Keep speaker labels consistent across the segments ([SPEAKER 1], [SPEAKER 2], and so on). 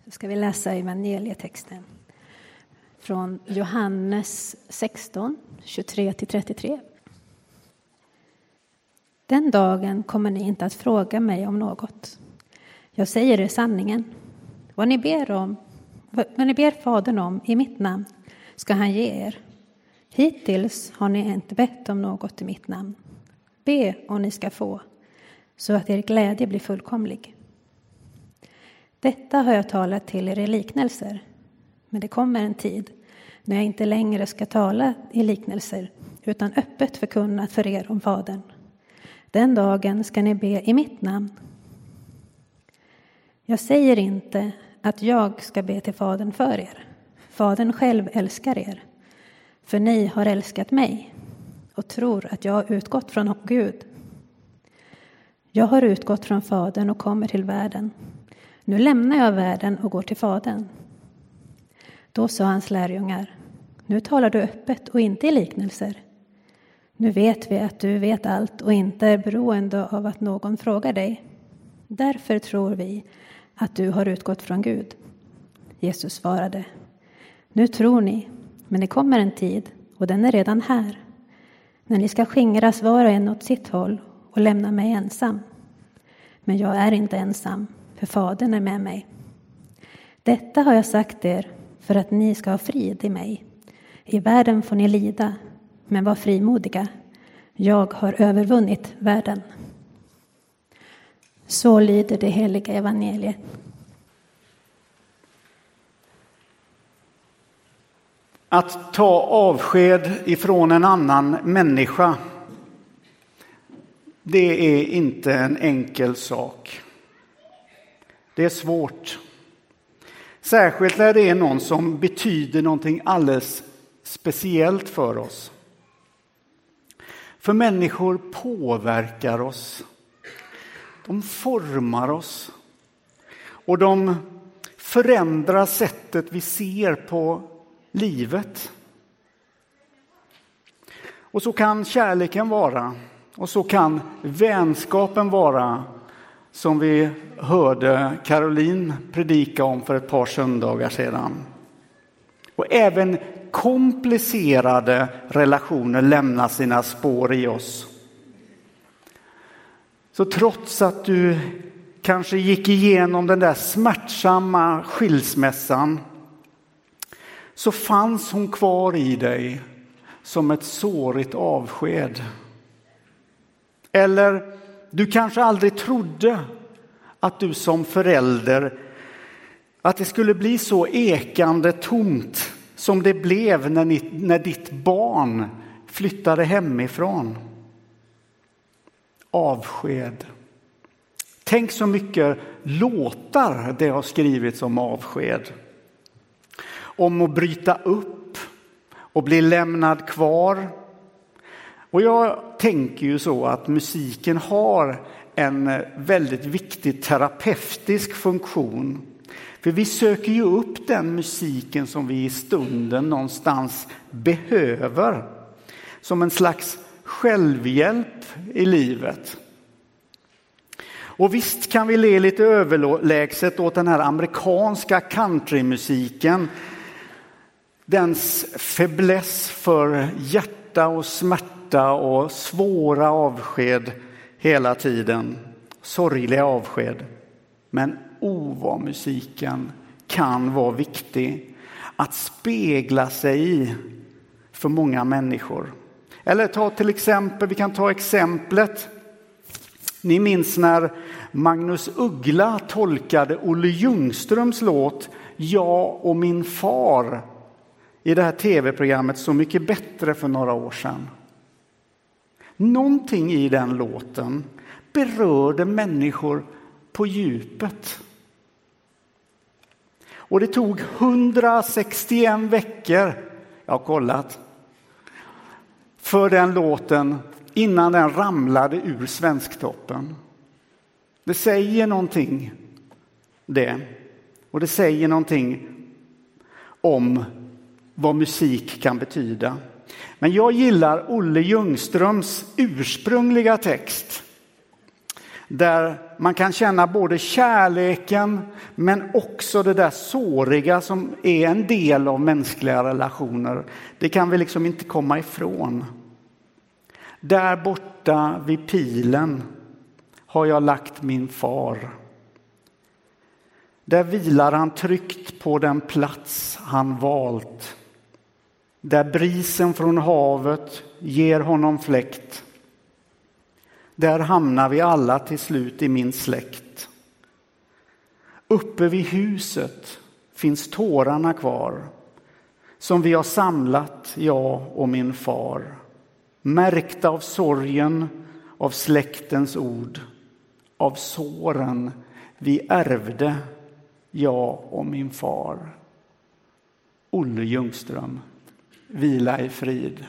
[SPEAKER 1] Så ska vi läsa evangelietexten från Johannes 16, 23-33. Den dagen kommer ni inte att fråga mig om något. Jag säger er sanningen. Vad ni ber Fadern om i mitt namn ska han ge er. Hittills har ni inte bett om något i mitt namn. Be och ni ska få, så att er glädje blir fullkomlig. Detta har jag talat till er i liknelser, men det kommer en tid när jag inte längre ska tala i liknelser, utan öppet förkunna för er om Fadern. Den dagen ska ni be i mitt namn. Jag säger inte att jag ska be till Fadern för er. Fadern själv älskar er, för ni har älskat mig och tror att jag har utgått från Gud. Jag har utgått från Fadern och kommer till världen. Nu lämnar jag världen och går till Fadern. Då sa hans lärjungar: nu talar du öppet och inte i liknelser. Nu vet vi att du vet allt och inte är beroende av att någon frågar dig. Därför tror vi att du har utgått från Gud. Jesus svarade: nu tror ni, men det kommer en tid, och den är redan här, när ni ska skingras var och en åt sitt håll och lämna mig ensam. Men jag är inte ensam, för Fadern är med mig. Detta har jag sagt er för att ni ska ha frid i mig. I världen får ni lida, men var frimodiga. Jag har övervunnit världen. Så lyder det heliga evangeliet.
[SPEAKER 2] Att ta avsked ifrån en annan människa, det är inte en enkel sak. Det är svårt. Särskilt när det är någon som betyder någonting alldeles speciellt för oss. För människor påverkar oss. De formar oss. Och de förändrar sättet vi ser på livet. Och så kan kärleken vara. Och så kan vänskapen vara, som vi hörde Caroline predika om för ett par söndagar sedan. Och även komplicerade relationer lämnar sina spår i oss. Så trots att du kanske gick igenom den där smärtsamma skilsmässan, så fanns hon kvar i dig som ett sårigt avsked. Eller du kanske aldrig trodde att du som förälder, att det skulle bli så ekande tomt som det blev när ditt barn flyttade hemifrån. Avsked. Tänk så mycket låtar det har skrivits om avsked. Om att bryta upp och bli lämnad kvar. Och jag tänker ju så att musiken har en väldigt viktig terapeutisk funktion. För vi söker ju upp den musiken som vi i stunden någonstans behöver. Som en slags självhjälp i livet. Och visst kan vi le lite överlägset åt den här amerikanska countrymusiken. Dens fäbless för hjärta och smärta och svåra avsked hela tiden. Sorgliga avsked. Men vad musiken kan vara viktig att spegla sig i för många människor. Eller vi kan ta exemplet. Ni minns när Magnus Uggla tolkade Olle Ljungströms låt Jag och min far i det här tv-programmet Så mycket bättre för några år sedan. Någonting i den låten berörde människor på djupet. Och det tog 161 veckor, jag har kollat, för den låten innan den ramlade ur Svensktoppen. Det säger någonting det. Och det säger någonting om vad musik kan betyda. Men jag gillar Olle Ljungströms ursprungliga text. Där man kan känna både kärleken men också det där såriga som är en del av mänskliga relationer. Det kan vi liksom inte komma ifrån. Där borta vid pilen har jag lagt min far. Där vilar han tryggt på den plats han valt. Där brisen från havet ger honom fläkt. Där hamnar vi alla till slut i min släkt. Uppe vid huset finns tårarna kvar, som vi har samlat, jag och min far. Märkta av sorgen, av släktens ord, av såren vi ärvde, jag och min far. Olle Ljungström, vila i frid.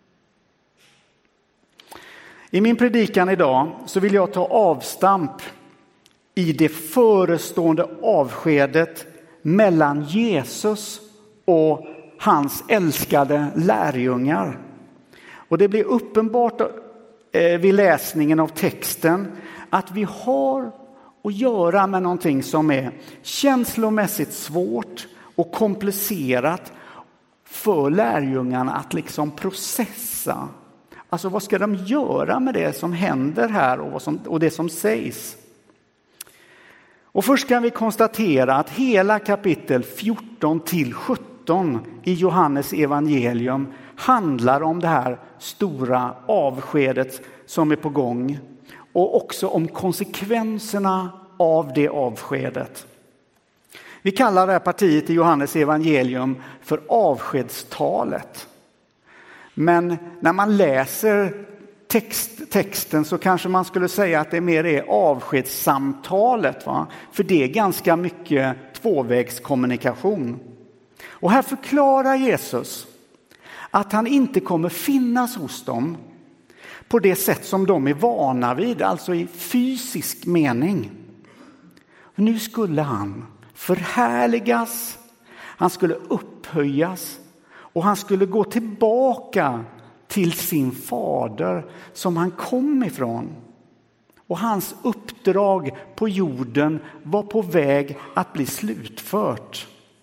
[SPEAKER 2] I min predikan idag så vill jag ta avstamp i det förestående avskedet mellan Jesus och hans älskade lärjungar. Och det blir uppenbart vid läsningen av texten att vi har att göra med någonting som är känslomässigt svårt och komplicerat för lärjungarna att liksom processa. Alltså vad ska de göra med det som händer här och det som sägs? Och först kan vi konstatera att hela kapitel 14-17 i Johannes evangelium handlar om det här stora avskedet som är på gång. Och också om konsekvenserna av det avskedet. Vi kallar det här partiet i Johannes evangelium för avskedstalet. Men när man läser texten så kanske man skulle säga att det mer är avskedssamtalet. Va? För det är ganska mycket tvåvägskommunikation. Och här förklarar Jesus att han inte kommer finnas hos dem på det sätt som de är vana vid, alltså i fysisk mening. Nu skulle han förhärligas, han skulle upphöjas och han skulle gå tillbaka till sin fader som han kom ifrån. Och hans uppdrag på jorden var på väg att bli slutfört.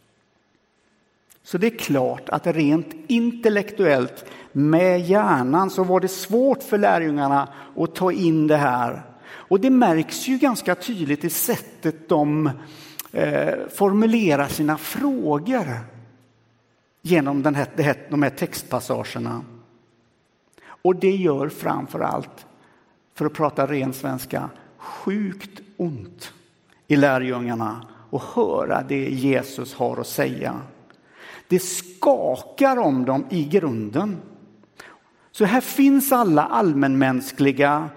[SPEAKER 2] Så det är klart att rent intellektuellt med hjärnan så var det svårt för lärjungarna att ta in det här. Och det märks ju ganska tydligt i sättet de formulerar sina frågor genom de här textpassagerna. Och det gör framförallt, för att prata ren svenska, sjukt ont i lärjungarna och höra det Jesus har att säga. Det skakar om dem i grunden. Så här finns alla allmänmänskliga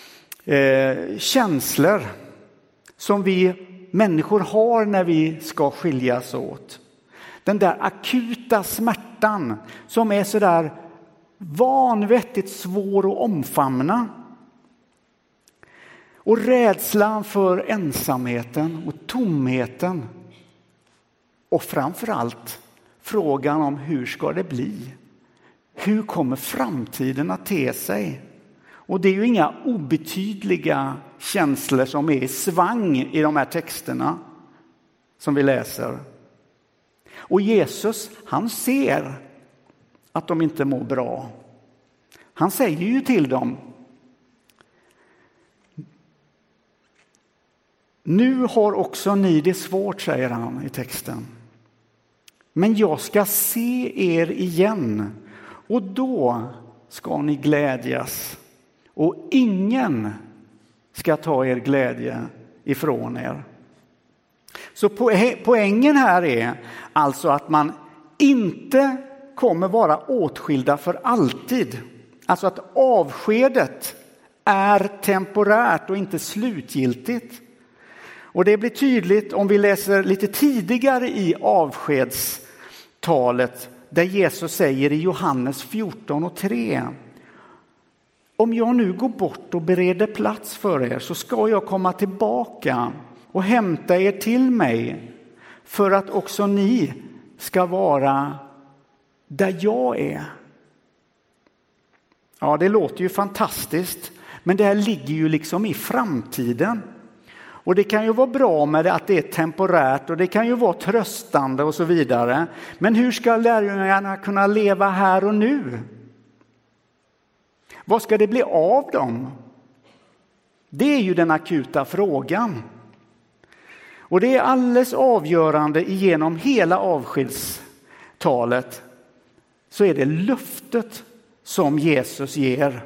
[SPEAKER 2] känslor som vi människor har när vi ska skiljas åt. Den där akuta smärtan som är så där vanvettigt svår att omfamna. Och rädslan för ensamheten och tomheten. Och framförallt frågan om hur ska det bli? Hur kommer framtiden att te sig? Och det är ju inga obetydliga känslor som är i svang i de här texterna som vi läser. Och Jesus, han ser att de inte mår bra. Han säger ju till dem: nu har också ni det svårt, säger han i texten. Men jag ska se er igen och då ska ni glädjas. Och ingen ska ta er glädje ifrån er. Så poängen här är alltså att man inte kommer vara åtskilda för alltid. Alltså att avskedet är temporärt och inte slutgiltigt. Och det blir tydligt om vi läser lite tidigare i avskedstalet där Jesus säger i Johannes 14:3: om jag nu går bort och bereder plats för er så ska jag komma tillbaka och hämta er till mig för att också ni ska vara där jag är. Ja, det låter ju fantastiskt, men det här ligger ju liksom i framtiden. Och det kan ju vara bra med det, att det är temporärt, och det kan ju vara tröstande och så vidare. Men hur ska lärjungarna kunna leva här och nu? Vad ska det bli av dem? Det är ju den akuta frågan. Och det är alldeles avgörande igenom hela avskedstalet, så är det löftet som Jesus ger.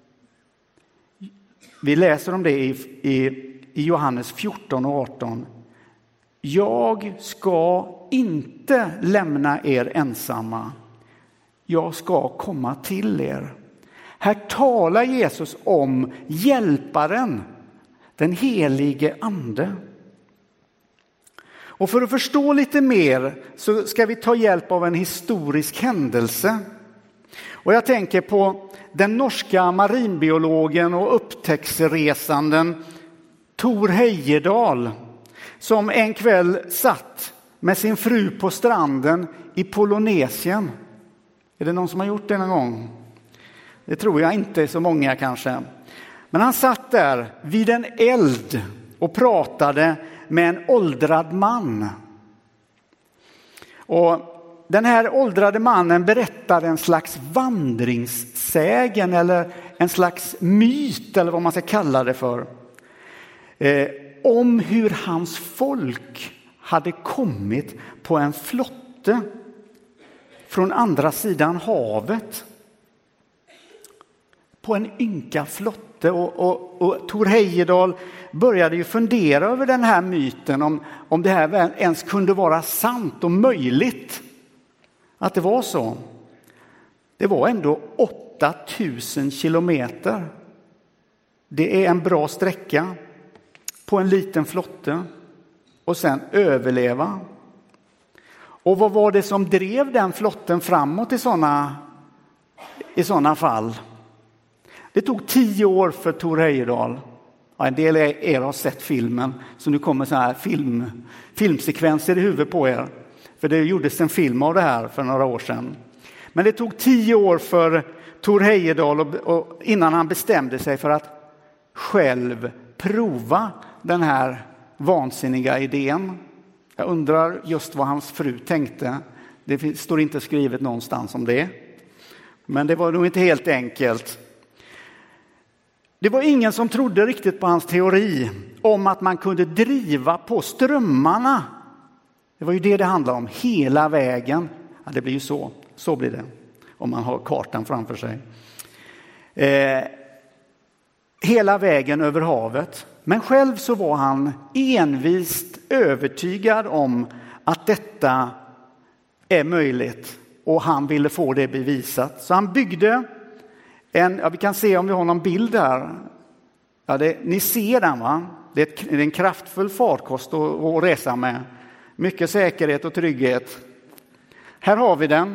[SPEAKER 2] Vi läser om det i Johannes 14 och 18. Jag ska inte lämna er ensamma. Jag ska komma till er. Här talar Jesus om hjälparen, den helige ande. Och för att förstå lite mer så ska vi ta hjälp av en historisk händelse. Och jag tänker på den norska marinbiologen och upptäcktsresanden Thor Heyerdahl, som en kväll satt med sin fru på stranden i Polynesien. Är det någon som har gjort det någon gång? Det tror jag inte, så många kanske. Men han satt där vid en eld och pratade med en åldrad man. Och den här åldrade mannen berättade en slags vandringssägen eller en slags myt, eller vad man ska kalla det för. Om hur hans folk hade kommit på en flotte från andra sidan havet. På en ynka flotte. Och Thor Heyerdahl började ju fundera över den här myten, om det här ens kunde vara sant och möjligt. Att det var så. Det var ändå 8000 kilometer. Det är en bra sträcka på en liten flotte och sen överleva. Och vad var det som drev den flotten framåt i såna fall? Det tog 10 år för Thor Heyerdahl. Ja, en del av er har sett filmen, så nu kommer så här filmsekvenser i huvudet på er. För det gjordes en film av det här för några år sedan. Men det tog 10 år för Thor Heyerdahl och innan han bestämde sig för att själv prova den här vansinniga idén. Jag undrar just vad hans fru tänkte. Det står inte skrivet någonstans om det. Men det var nog inte helt enkelt. Det var ingen som trodde riktigt på hans teori om att man kunde driva på strömmarna. Det var ju det handlade om, hela vägen. Ja, det blir ju så. Så blir det om man har kartan framför sig. Hela vägen över havet. Men själv så var han envist övertygad om att detta är möjligt. Och han ville få det bevisat. Så han byggde vi kan se om vi har någon bild här. Ja, ni ser den, va? Det är en kraftfull farkost att resa med. Mycket säkerhet och trygghet. Här har vi den.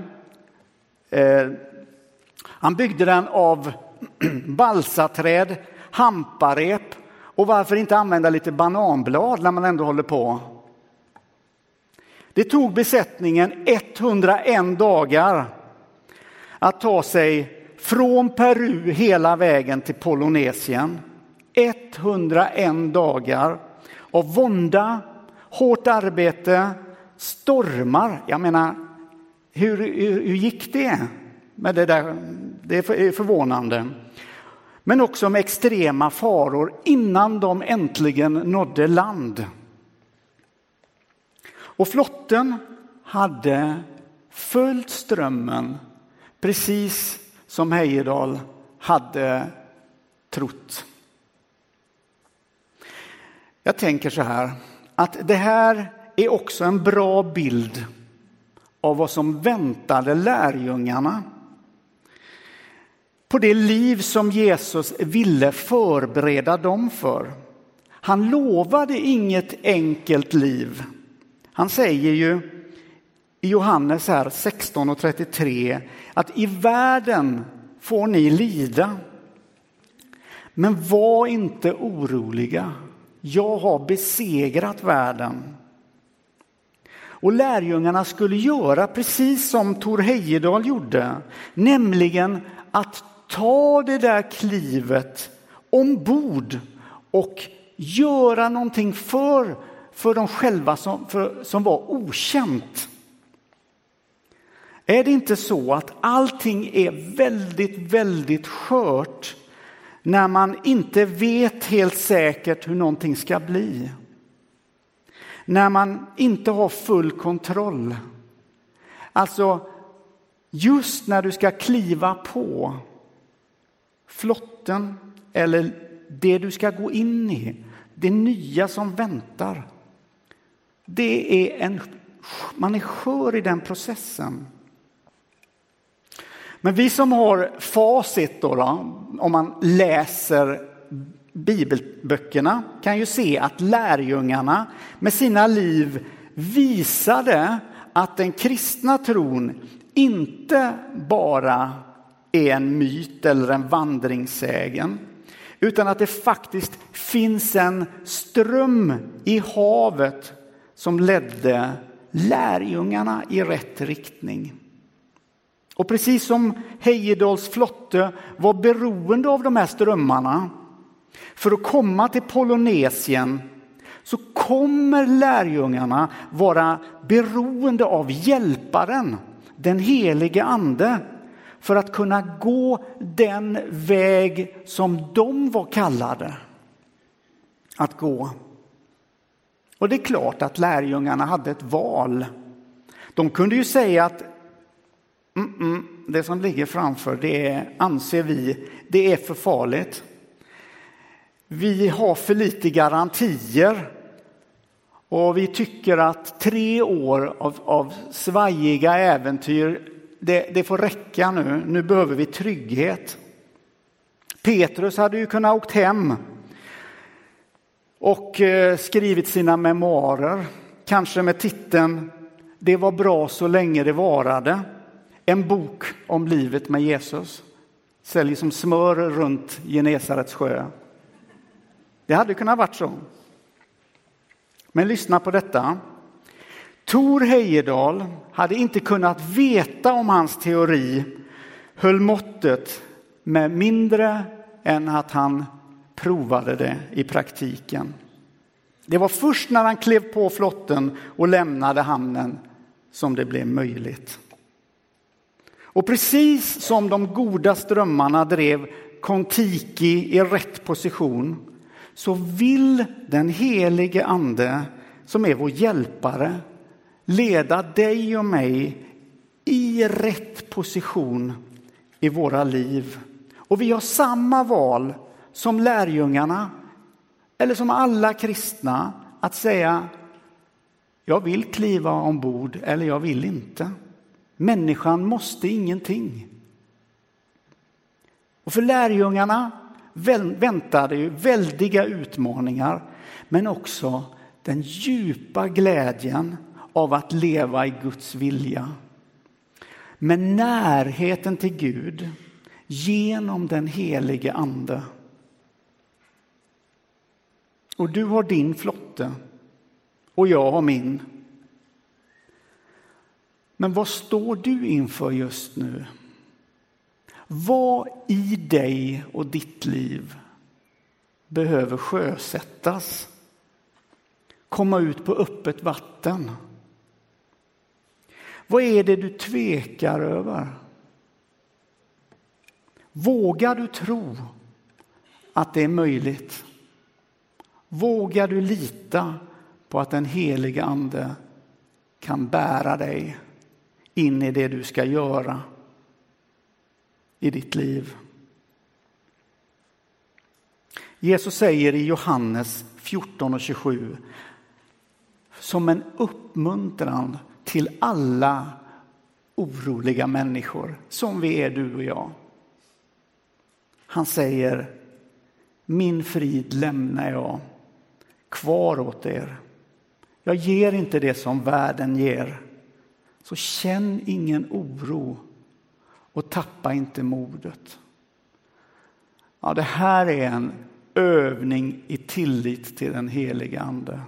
[SPEAKER 2] Han byggde den av balsaträd, hamparep. Och varför inte använda lite bananblad när man ändå håller på? Det tog besättningen 101 dagar att ta sig från Peru hela vägen till Polynesien. 101 dagar av vånda, hårt arbete, stormar. Jag menar, hur gick det med det där? Det är förvånande. Men också med extrema faror innan de äntligen nådde land. Och flotten hade följt strömmen precis som Heyerdahl hade trott. Jag tänker så här, att det här är också en bra bild av vad som väntade lärjungarna. På det liv som Jesus ville förbereda dem för. Han lovade inget enkelt liv. Han säger ju i Johannes här 16:33 att i världen får ni lida. Men var inte oroliga. Jag har besegrat världen. Och lärjungarna skulle göra precis som Thor Heyerdahl gjorde. Nämligen att ta det där klivet ombord och göra någonting för dem själva som var okänt. Är det inte så att allting är väldigt, väldigt skört när man inte vet helt säkert hur någonting ska bli? När man inte har full kontroll. Alltså just när du ska kliva på flotten eller det du ska gå in i, det nya som väntar. Man är skör i den processen. Men vi som har facit då, om man läser bibelböckerna, kan ju se att lärjungarna med sina liv visade att den kristna tron inte bara är en myt eller en vandringssägen, utan att det faktiskt finns en ström i havet som ledde lärjungarna i rätt riktning. Och precis som Heyerdahls flotte var beroende av de här strömmarna för att komma till Polynesien, så kommer lärjungarna vara beroende av hjälparen, den helige ande, för att kunna gå den väg som de var kallade att gå. Och det är klart att lärjungarna hade ett val. De kunde ju säga att det som ligger framför, anser vi, det är för farligt. Vi har för lite garantier och vi tycker att 3 år av svajiga äventyr, det får räcka nu. Nu behöver vi trygghet. Petrus hade ju kunnat åkt hem och skrivit sina memoarer. Kanske med titeln "Det var bra så länge det varade". En bok om livet med Jesus. Säljer som smör runt Genesarets sjö. Det hade kunnat varit så. Men lyssna på detta. Thor Heyerdahl hade inte kunnat veta om hans teori höll måttet med mindre än att han provade det i praktiken. Det var först när han klev på flotten och lämnade hamnen som det blev möjligt. Och precis som de goda strömmarna drev Kon-Tiki i rätt position, så vill den helige ande, som är vår hjälpare, leda dig och mig i rätt position i våra liv. Och vi har samma val som lärjungarna eller som alla kristna att säga: jag vill kliva ombord eller jag vill inte. Människan måste ingenting. Och för lärjungarna väntade ju väldiga utmaningar, men också den djupa glädjen av att leva i Guds vilja. Med närheten till Gud genom den helige ande. Och du har din flotte och jag har min. Men vad står du inför just nu? Vad i dig och ditt liv behöver sjösättas? Komma ut på öppet vatten? Vad är det du tvekar över? Vågar du tro att det är möjligt? Vågar du lita på att den helige ande kan bära dig in i det du ska göra i ditt liv? Jesus säger i Johannes 14:27 som en uppmuntran till alla oroliga människor som vi är, du och jag. Han säger: min frid lämnar jag kvar åt er. Jag ger inte det som världen ger. Så känn ingen oro och tappa inte modet. Ja, det här är en övning i tillit till den helige ande.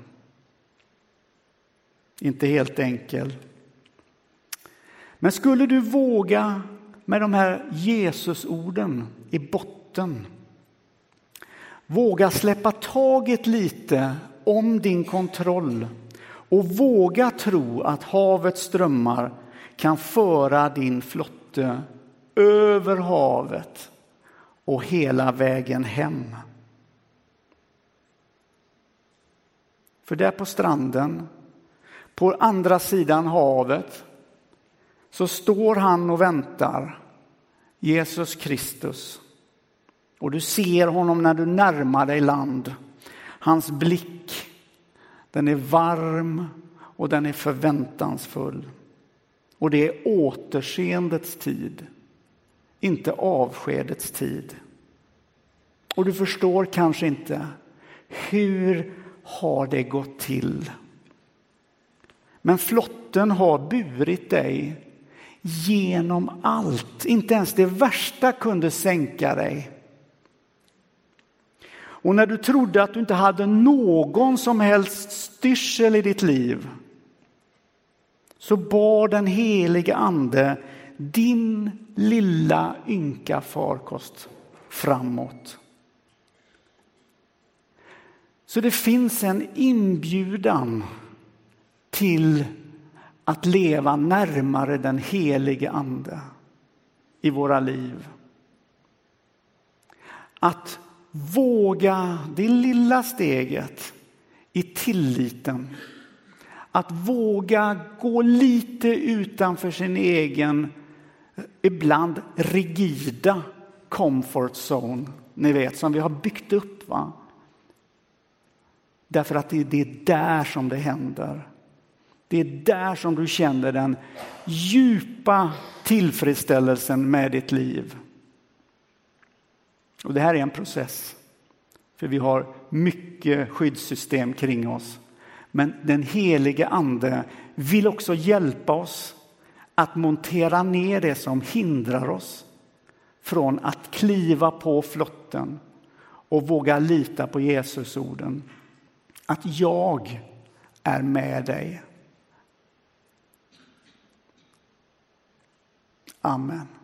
[SPEAKER 2] Inte helt enkel. Men skulle du våga med de här Jesusorden i botten, Våga släppa taget lite om din kontroll och våga tro att havets strömmar kan föra din flotte över havet och hela vägen hem. För där på stranden, på andra sidan havet, så står han och väntar, Jesus Kristus. Och du ser honom när du närmar dig land. Hans blick, den är varm och den är förväntansfull. Och det är återseendets tid, inte avskedets tid. Och du förstår kanske inte, hur har det gått till? Men flotten har burit dig genom allt. Inte ens det värsta kunde sänka dig. Och när du trodde att du inte hade någon som helst styrsel i ditt liv, så bar den helige ande din lilla ynka farkost framåt. Så det finns en inbjudan till att leva närmare den helige ande i våra liv. Att våga det lilla steget i tilliten. Att våga gå lite utanför sin egen, ibland rigida comfort zone. Ni vet, som vi har byggt upp, va? Därför att det är där som det händer. Det är där som du känner den djupa tillfredsställelsen med ditt liv. Och det här är en process. För vi har mycket skyddssystem kring oss. Men den helige ande vill också hjälpa oss att montera ner det som hindrar oss från att kliva på flotten och våga lita på Jesus orden. Att jag är med dig. Amen.